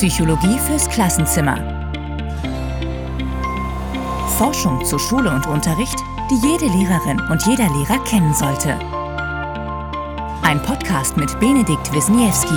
Psychologie fürs Klassenzimmer. Forschung zu Schule und Unterricht, die jede Lehrerin und jeder Lehrer kennen sollte. Ein Podcast mit Benedikt Wisniewski.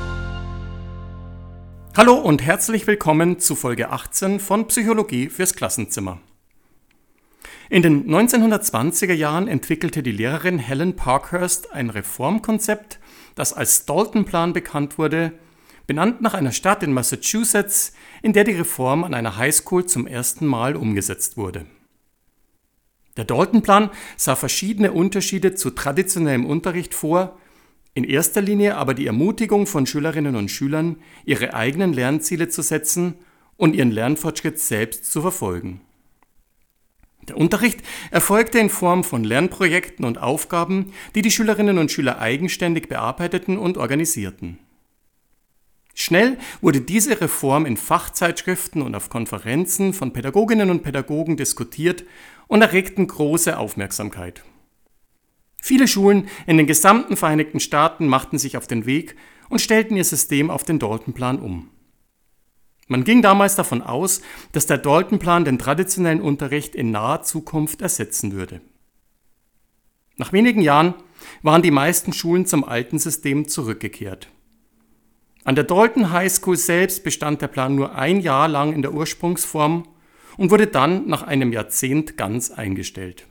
Hallo und herzlich willkommen zu Folge 18 von Psychologie fürs Klassenzimmer. In den 1920er Jahren entwickelte die Lehrerin Helen Parkhurst ein Reformkonzept, das als Dalton-Plan bekannt wurde, benannt nach einer Stadt in Massachusetts, in der die Reform an einer Highschool zum ersten Mal umgesetzt wurde. Der Dalton-Plan sah verschiedene Unterschiede zu traditionellem Unterricht vor, in erster Linie aber die Ermutigung von Schülerinnen und Schülern, ihre eigenen Lernziele zu setzen und ihren Lernfortschritt selbst zu verfolgen. Der Unterricht erfolgte in Form von Lernprojekten und Aufgaben, die die Schülerinnen und Schüler eigenständig bearbeiteten und organisierten. Schnell wurde diese Reform in Fachzeitschriften und auf Konferenzen von Pädagoginnen und Pädagogen diskutiert und erregten große Aufmerksamkeit. Viele Schulen in den gesamten Vereinigten Staaten machten sich auf den Weg und stellten ihr System auf den Dalton-Plan um. Man ging damals davon aus, dass der Dalton-Plan den traditionellen Unterricht in naher Zukunft ersetzen würde. Nach wenigen Jahren waren die meisten Schulen zum alten System zurückgekehrt. An der Dalton High School selbst bestand der Plan nur ein Jahr lang in der Ursprungsform und wurde dann nach einem Jahrzehnt ganz eingestellt.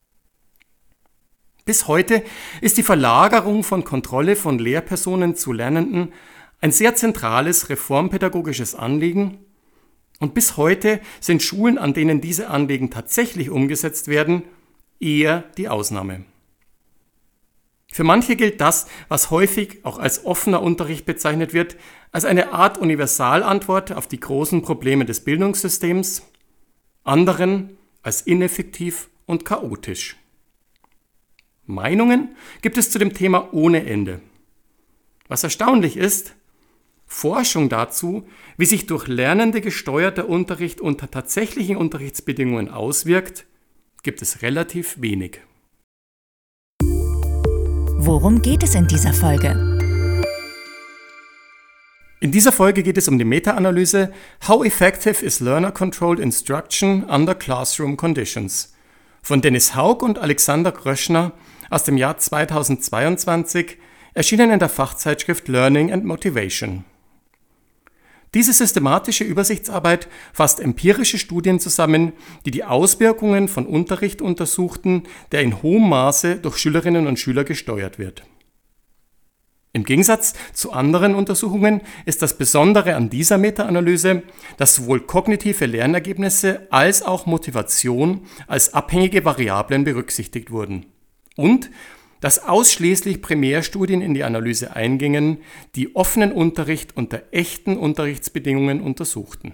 Bis heute ist die Verlagerung von Kontrolle von Lehrpersonen zu Lernenden ein sehr zentrales reformpädagogisches Anliegen und bis heute sind Schulen, an denen diese Anliegen tatsächlich umgesetzt werden, eher die Ausnahme. Für manche gilt das, was häufig auch als offener Unterricht bezeichnet wird, als eine Art Universalantwort auf die großen Probleme des Bildungssystems, anderen als ineffektiv und chaotisch. Meinungen gibt es zu dem Thema ohne Ende. Was erstaunlich ist, Forschung dazu, wie sich durch Lernende gesteuerter Unterricht unter tatsächlichen Unterrichtsbedingungen auswirkt, gibt es relativ wenig. Worum geht es in dieser Folge? In dieser Folge geht es um die Meta-Analyse How Effective is Learner-Controlled Instruction under Classroom Conditions von Dennis Haug und Alexander Gröschner aus dem Jahr 2022, erschienen in der Fachzeitschrift Learning and Motivation. Diese systematische Übersichtsarbeit fasst empirische Studien zusammen, die die Auswirkungen von Unterricht untersuchten, der in hohem Maße durch Schülerinnen und Schüler gesteuert wird. Im Gegensatz zu anderen Untersuchungen ist das Besondere an dieser Meta-Analyse, dass sowohl kognitive Lernergebnisse als auch Motivation als abhängige Variablen berücksichtigt wurden und dass ausschließlich Primärstudien in die Analyse eingingen, die offenen Unterricht unter echten Unterrichtsbedingungen untersuchten.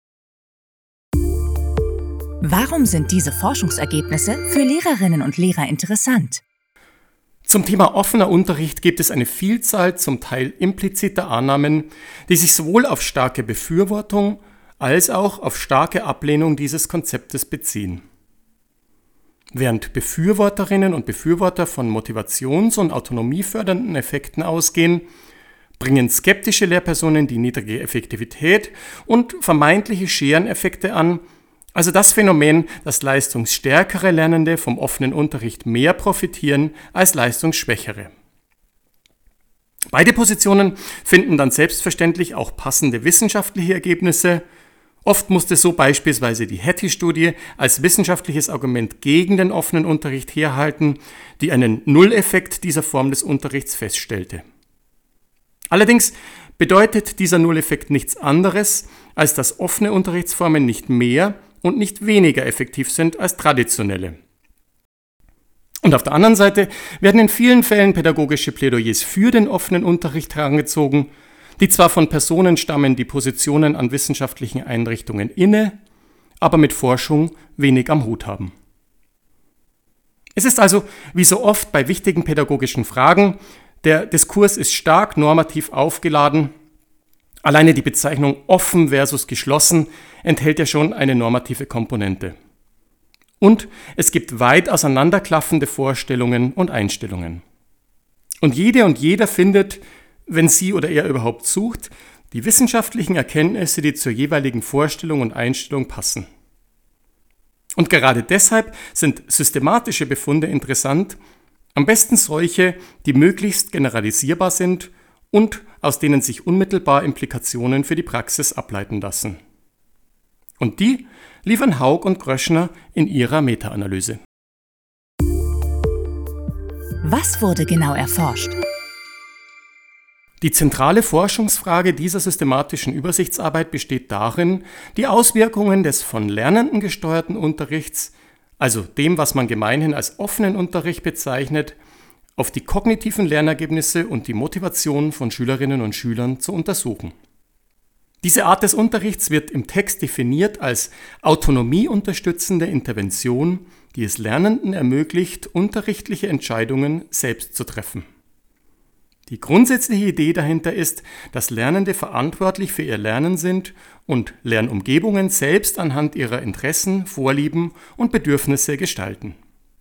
Warum sind diese Forschungsergebnisse für Lehrerinnen und Lehrer interessant? Zum Thema offener Unterricht gibt es eine Vielzahl zum Teil impliziter Annahmen, die sich sowohl auf starke Befürwortung als auch auf starke Ablehnung dieses Konzeptes beziehen. Während Befürworterinnen und Befürworter von motivations- und autonomiefördernden Effekten ausgehen, bringen skeptische Lehrpersonen die niedrige Effektivität und vermeintliche Schereneffekte an, also das Phänomen, dass leistungsstärkere Lernende vom offenen Unterricht mehr profitieren als leistungsschwächere. Beide Positionen finden dann selbstverständlich auch passende wissenschaftliche Ergebnisse. Oft musste so beispielsweise die Hattie-Studie als wissenschaftliches Argument gegen den offenen Unterricht herhalten, die einen Nulleffekt dieser Form des Unterrichts feststellte. Allerdings bedeutet dieser Nulleffekt nichts anderes, als dass offene Unterrichtsformen nicht mehr und nicht weniger effektiv sind als traditionelle. Und auf der anderen Seite werden in vielen Fällen pädagogische Plädoyers für den offenen Unterricht herangezogen, die zwar von Personen stammen, die Positionen an wissenschaftlichen Einrichtungen inne, aber mit Forschung wenig am Hut haben. Es ist also, wie so oft bei wichtigen pädagogischen Fragen, der Diskurs ist stark normativ aufgeladen. Alleine die Bezeichnung offen versus geschlossen enthält ja schon eine normative Komponente. Und es gibt weit auseinanderklaffende Vorstellungen und Einstellungen. Und jede und jeder findet, wenn sie oder er überhaupt sucht, die wissenschaftlichen Erkenntnisse, die zur jeweiligen Vorstellung und Einstellung passen. Und gerade deshalb sind systematische Befunde interessant, am besten solche, die möglichst generalisierbar sind und aus denen sich unmittelbar Implikationen für die Praxis ableiten lassen. Und die liefern Haug und Gröschner in ihrer Meta-Analyse. Was wurde genau erforscht? Die zentrale Forschungsfrage dieser systematischen Übersichtsarbeit besteht darin, die Auswirkungen des von Lernenden gesteuerten Unterrichts, also dem, was man gemeinhin als offenen Unterricht bezeichnet, auf die kognitiven Lernergebnisse und die Motivation von Schülerinnen und Schülern zu untersuchen. Diese Art des Unterrichts wird im Text definiert als autonomieunterstützende Intervention, die es Lernenden ermöglicht, unterrichtliche Entscheidungen selbst zu treffen. Die grundsätzliche Idee dahinter ist, dass Lernende verantwortlich für ihr Lernen sind und Lernumgebungen selbst anhand ihrer Interessen, Vorlieben und Bedürfnisse gestalten.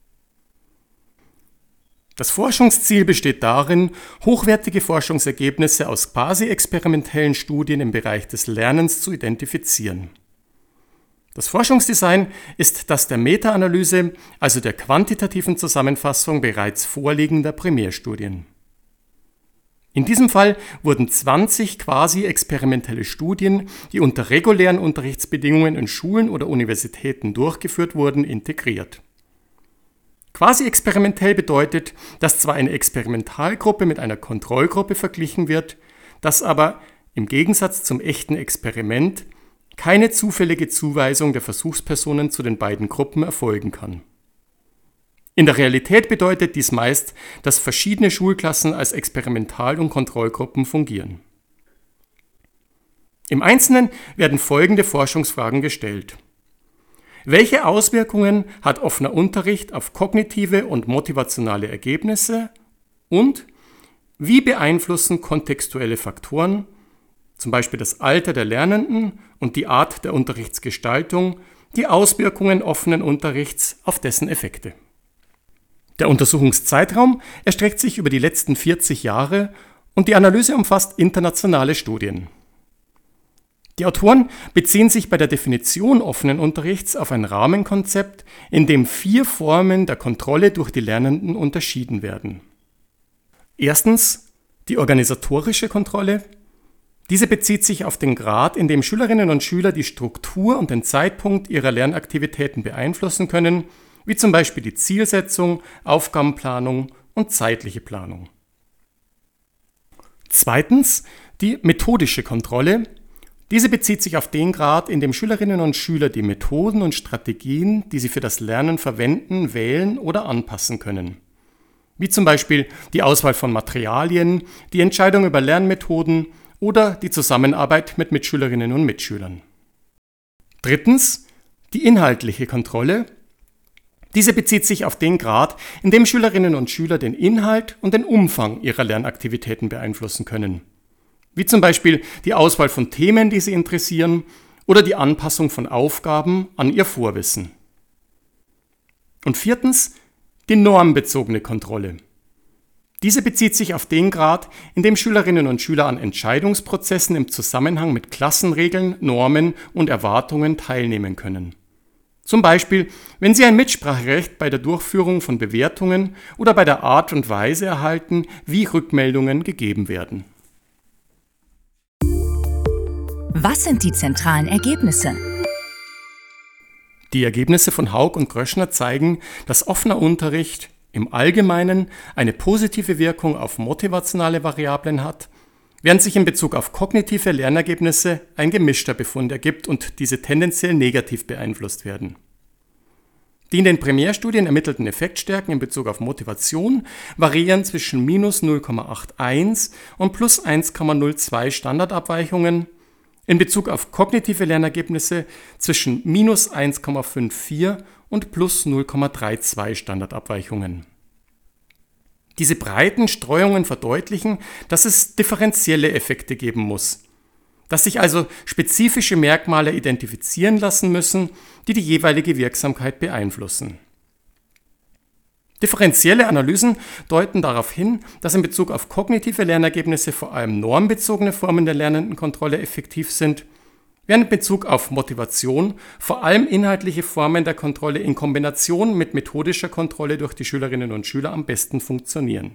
Das Forschungsziel besteht darin, hochwertige Forschungsergebnisse aus quasi-experimentellen Studien im Bereich des Lernens zu identifizieren. Das Forschungsdesign ist das der Meta-Analyse, also der quantitativen Zusammenfassung bereits vorliegender Primärstudien. In diesem Fall wurden 20 quasi-experimentelle Studien, die unter regulären Unterrichtsbedingungen in Schulen oder Universitäten durchgeführt wurden, integriert. Quasi-experimentell bedeutet, dass zwar eine Experimentalgruppe mit einer Kontrollgruppe verglichen wird, dass aber im Gegensatz zum echten Experiment keine zufällige Zuweisung der Versuchspersonen zu den beiden Gruppen erfolgen kann. In der Realität bedeutet dies meist, dass verschiedene Schulklassen als Experimental- und Kontrollgruppen fungieren. Im Einzelnen werden folgende Forschungsfragen gestellt. Welche Auswirkungen hat offener Unterricht auf kognitive und motivationale Ergebnisse und wie beeinflussen kontextuelle Faktoren, zum Beispiel das Alter der Lernenden und die Art der Unterrichtsgestaltung, die Auswirkungen offenen Unterrichts auf dessen Effekte? Der Untersuchungszeitraum erstreckt sich über die letzten 40 Jahre und die Analyse umfasst internationale Studien. Die Autoren beziehen sich bei der Definition offenen Unterrichts auf ein Rahmenkonzept, in dem 4 Formen der Kontrolle durch die Lernenden unterschieden werden. Erstens die organisatorische Kontrolle. Diese bezieht sich auf den Grad, in dem Schülerinnen und Schüler die Struktur und den Zeitpunkt ihrer Lernaktivitäten beeinflussen können, wie zum Beispiel die Zielsetzung, Aufgabenplanung und zeitliche Planung. Zweitens die methodische Kontrolle. Diese bezieht sich auf den Grad, in dem Schülerinnen und Schüler die Methoden und Strategien, die sie für das Lernen verwenden, wählen oder anpassen können. Wie zum Beispiel die Auswahl von Materialien, die Entscheidung über Lernmethoden oder die Zusammenarbeit mit Mitschülerinnen und Mitschülern. Drittens die inhaltliche Kontrolle. Diese bezieht sich auf den Grad, in dem Schülerinnen und Schüler den Inhalt und den Umfang ihrer Lernaktivitäten beeinflussen können. Wie zum Beispiel die Auswahl von Themen, die sie interessieren, oder die Anpassung von Aufgaben an ihr Vorwissen. Und viertens die normbezogene Kontrolle. Diese bezieht sich auf den Grad, in dem Schülerinnen und Schüler an Entscheidungsprozessen im Zusammenhang mit Klassenregeln, Normen und Erwartungen teilnehmen können. Zum Beispiel, wenn sie ein Mitspracherecht bei der Durchführung von Bewertungen oder bei der Art und Weise erhalten, wie Rückmeldungen gegeben werden. Was sind die zentralen Ergebnisse? Die Ergebnisse von Haug und Gröschner zeigen, dass offener Unterricht im Allgemeinen eine positive Wirkung auf motivationale Variablen hat, während sich in Bezug auf kognitive Lernergebnisse ein gemischter Befund ergibt und diese tendenziell negativ beeinflusst werden. Die in den Primärstudien ermittelten Effektstärken in Bezug auf Motivation variieren zwischen minus 0,81 und plus 1,02 Standardabweichungen, in Bezug auf kognitive Lernergebnisse zwischen minus 1,54 und plus 0,32 Standardabweichungen. Diese breiten Streuungen verdeutlichen, dass es differenzielle Effekte geben muss, dass sich also spezifische Merkmale identifizieren lassen müssen, die die jeweilige Wirksamkeit beeinflussen. Differenzielle Analysen deuten darauf hin, dass in Bezug auf kognitive Lernergebnisse vor allem normbezogene Formen der Lernendenkontrolle effektiv sind, während in Bezug auf Motivation vor allem inhaltliche Formen der Kontrolle in Kombination mit methodischer Kontrolle durch die Schülerinnen und Schüler am besten funktionieren.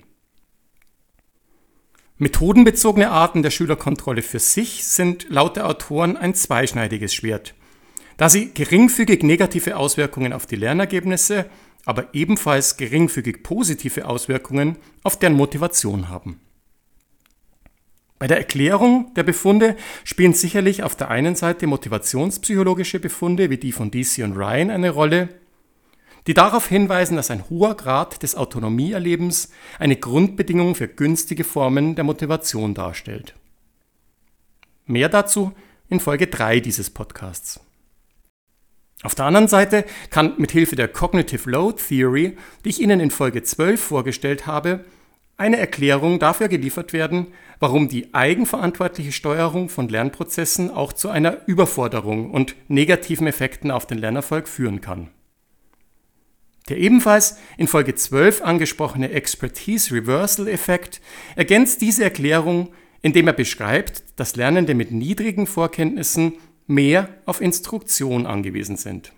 Methodenbezogene Arten der Schülerkontrolle für sich sind laut der Autoren ein zweischneidiges Schwert, da sie geringfügig negative Auswirkungen auf die Lernergebnisse, aber ebenfalls geringfügig positive Auswirkungen auf deren Motivation haben. Bei der Erklärung der Befunde spielen sicherlich auf der einen Seite motivationspsychologische Befunde wie die von Deci und Ryan eine Rolle, die darauf hinweisen, dass ein hoher Grad des Autonomieerlebens eine Grundbedingung für günstige Formen der Motivation darstellt. Mehr dazu in Folge 3 dieses Podcasts. Auf der anderen Seite kann mithilfe der Cognitive Load Theory, die ich Ihnen in Folge 12 vorgestellt habe, eine Erklärung dafür geliefert werden, warum die eigenverantwortliche Steuerung von Lernprozessen auch zu einer Überforderung und negativen Effekten auf den Lernerfolg führen kann. Der ebenfalls in Folge 12 angesprochene Expertise Reversal Effekt ergänzt diese Erklärung, indem er beschreibt, dass Lernende mit niedrigen Vorkenntnissen mehr auf Instruktion angewiesen sind.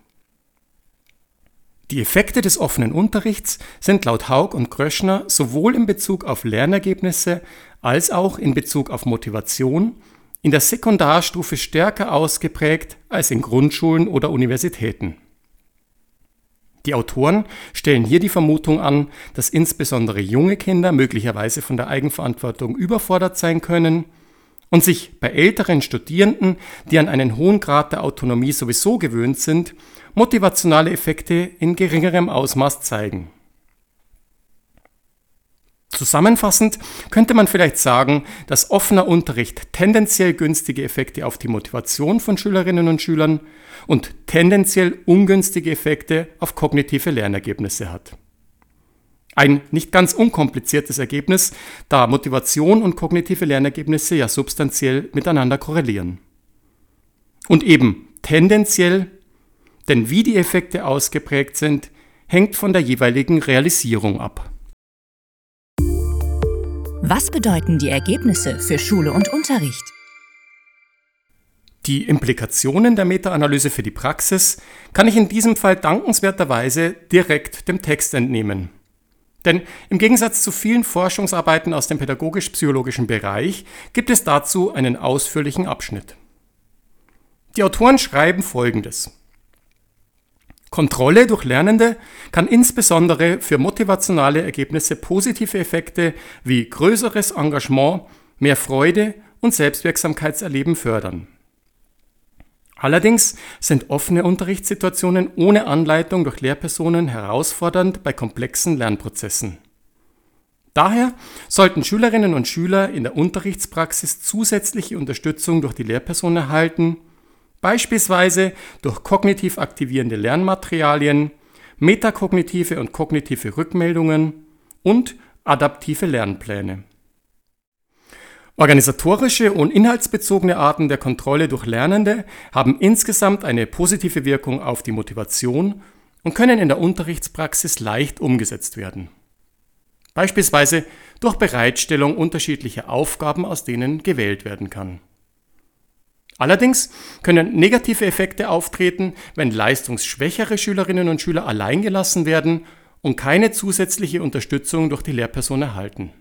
Die Effekte des offenen Unterrichts sind laut Haug und Kröschner sowohl in Bezug auf Lernergebnisse als auch in Bezug auf Motivation in der Sekundarstufe stärker ausgeprägt als in Grundschulen oder Universitäten. Die Autoren stellen hier die Vermutung an, dass insbesondere junge Kinder möglicherweise von der Eigenverantwortung überfordert sein können und sich bei älteren Studierenden, die an einen hohen Grad der Autonomie sowieso gewöhnt sind, motivationale Effekte in geringerem Ausmaß zeigen. Zusammenfassend könnte man vielleicht sagen, dass offener Unterricht tendenziell günstige Effekte auf die Motivation von Schülerinnen und Schülern und tendenziell ungünstige Effekte auf kognitive Lernergebnisse hat. Ein nicht ganz unkompliziertes Ergebnis, da Motivation und kognitive Lernergebnisse ja substanziell miteinander korrelieren. Und eben tendenziell, denn wie die Effekte ausgeprägt sind, hängt von der jeweiligen Realisierung ab. Was bedeuten die Ergebnisse für Schule und Unterricht? Die Implikationen der Meta-Analyse für die Praxis kann ich in diesem Fall dankenswerterweise direkt dem Text entnehmen. Denn im Gegensatz zu vielen Forschungsarbeiten aus dem pädagogisch-psychologischen Bereich gibt es dazu einen ausführlichen Abschnitt. Die Autoren schreiben Folgendes: Kontrolle durch Lernende kann insbesondere für motivationale Ergebnisse positive Effekte wie größeres Engagement, mehr Freude und Selbstwirksamkeitserleben fördern. Allerdings sind offene Unterrichtssituationen ohne Anleitung durch Lehrpersonen herausfordernd bei komplexen Lernprozessen. Daher sollten Schülerinnen und Schüler in der Unterrichtspraxis zusätzliche Unterstützung durch die Lehrperson erhalten, beispielsweise durch kognitiv aktivierende Lernmaterialien, metakognitive und kognitive Rückmeldungen und adaptive Lernpläne. Organisatorische und inhaltsbezogene Arten der Kontrolle durch Lernende haben insgesamt eine positive Wirkung auf die Motivation und können in der Unterrichtspraxis leicht umgesetzt werden. Beispielsweise durch Bereitstellung unterschiedlicher Aufgaben, aus denen gewählt werden kann. Allerdings können negative Effekte auftreten, wenn leistungsschwächere Schülerinnen und Schüler allein gelassen werden und keine zusätzliche Unterstützung durch die Lehrperson erhalten.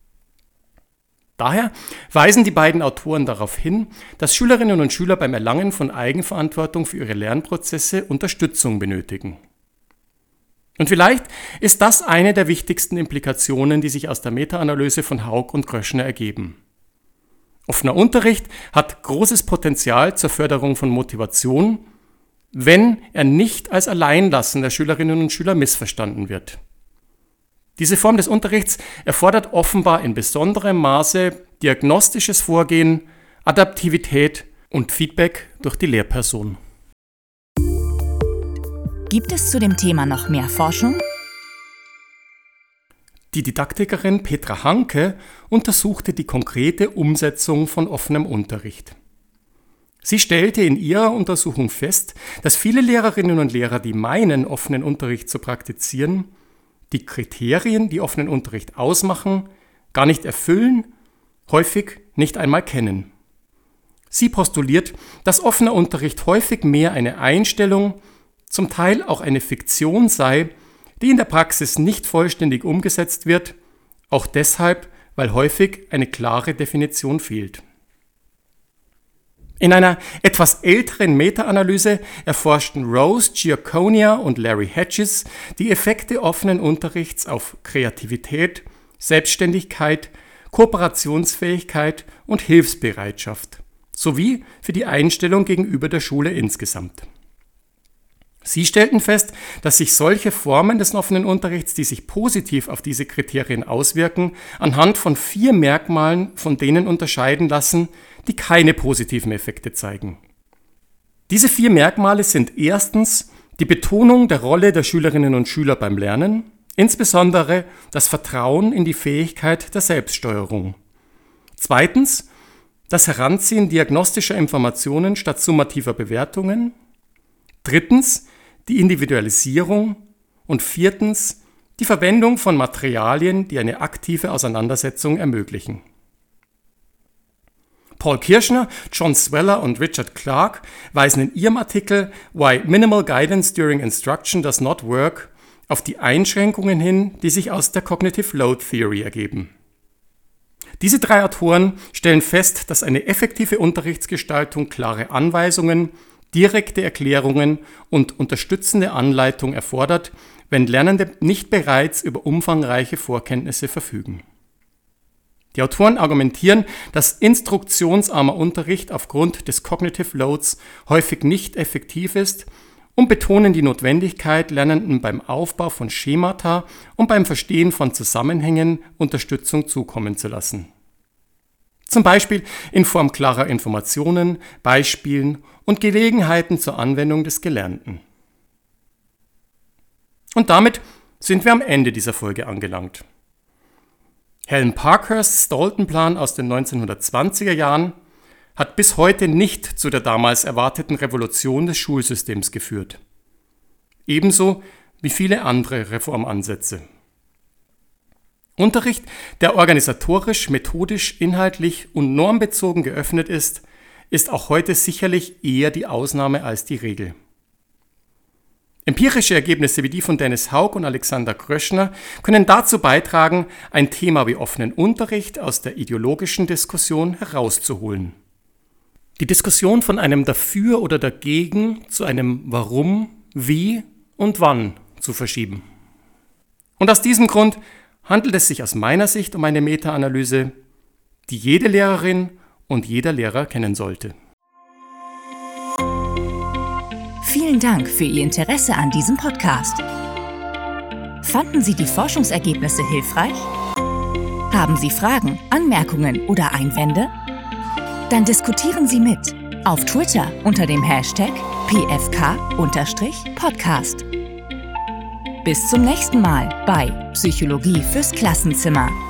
Daher weisen die beiden Autoren darauf hin, dass Schülerinnen und Schüler beim Erlangen von Eigenverantwortung für ihre Lernprozesse Unterstützung benötigen. Und vielleicht ist das eine der wichtigsten Implikationen, die sich aus der Meta-Analyse von Haug und Kröschner ergeben. Offener Unterricht hat großes Potenzial zur Förderung von Motivation, wenn er nicht als Alleinlassen der Schülerinnen und Schüler missverstanden wird. Diese Form des Unterrichts erfordert offenbar in besonderem Maße diagnostisches Vorgehen, Adaptivität und Feedback durch die Lehrperson. Gibt es zu dem Thema noch mehr Forschung? Die Didaktikerin Petra Hanke untersuchte die konkrete Umsetzung von offenem Unterricht. Sie stellte in ihrer Untersuchung fest, dass viele Lehrerinnen und Lehrer, die meinen, offenen Unterricht zu praktizieren, die Kriterien, die offenen Unterricht ausmachen, gar nicht erfüllen, häufig nicht einmal kennen. Sie postuliert, dass offener Unterricht häufig mehr eine Einstellung, zum Teil auch eine Fiktion sei, die in der Praxis nicht vollständig umgesetzt wird, auch deshalb, weil häufig eine klare Definition fehlt. In einer etwas älteren Meta-Analyse erforschten Rose Giaconia und Larry Hedges die Effekte offenen Unterrichts auf Kreativität, Selbstständigkeit, Kooperationsfähigkeit und Hilfsbereitschaft sowie für die Einstellung gegenüber der Schule insgesamt. Sie stellten fest, dass sich solche Formen des offenen Unterrichts, die sich positiv auf diese Kriterien auswirken, anhand von 4 Merkmalen von denen unterscheiden lassen, die keine positiven Effekte zeigen. Diese 4 Merkmale sind erstens die Betonung der Rolle der Schülerinnen und Schüler beim Lernen, insbesondere das Vertrauen in die Fähigkeit der Selbststeuerung. Zweitens das Heranziehen diagnostischer Informationen statt summativer Bewertungen. Drittens die Individualisierung und viertens die Verwendung von Materialien, die eine aktive Auseinandersetzung ermöglichen. Paul Kirschner, John Sweller und Richard Clark weisen in ihrem Artikel Why Minimal Guidance During Instruction Does Not Work auf die Einschränkungen hin, die sich aus der Cognitive Load Theory ergeben. Diese 3 Autoren stellen fest, dass eine effektive Unterrichtsgestaltung klare Anweisungen, direkte Erklärungen und unterstützende Anleitung erfordert, wenn Lernende nicht bereits über umfangreiche Vorkenntnisse verfügen. Die Autoren argumentieren, dass instruktionsarmer Unterricht aufgrund des Cognitive Loads häufig nicht effektiv ist und betonen die Notwendigkeit, Lernenden beim Aufbau von Schemata und beim Verstehen von Zusammenhängen Unterstützung zukommen zu lassen. Zum Beispiel in Form klarer Informationen, Beispielen und Gelegenheiten zur Anwendung des Gelernten. Und damit sind wir am Ende dieser Folge angelangt. Helen Parkhursts Dalton-Plan aus den 1920er Jahren hat bis heute nicht zu der damals erwarteten Revolution des Schulsystems geführt. Ebenso wie viele andere Reformansätze. Unterricht, der organisatorisch, methodisch, inhaltlich und normbezogen geöffnet ist auch heute sicherlich eher die Ausnahme als die Regel. Empirische Ergebnisse wie die von Dennis Haug und Alexander Kröschner können dazu beitragen, ein Thema wie offenen Unterricht aus der ideologischen Diskussion herauszuholen. Die Diskussion von einem Dafür oder Dagegen zu einem Warum, Wie und Wann zu verschieben. Und aus diesem Grund handelt es sich aus meiner Sicht um eine Meta-Analyse, die jede Lehrerin und jeder Lehrer kennen sollte. Vielen Dank für Ihr Interesse an diesem Podcast. Fanden Sie die Forschungsergebnisse hilfreich? Haben Sie Fragen, Anmerkungen oder Einwände? Dann diskutieren Sie mit auf Twitter unter dem Hashtag PFK_Podcast. Bis zum nächsten Mal bei Psychologie fürs Klassenzimmer.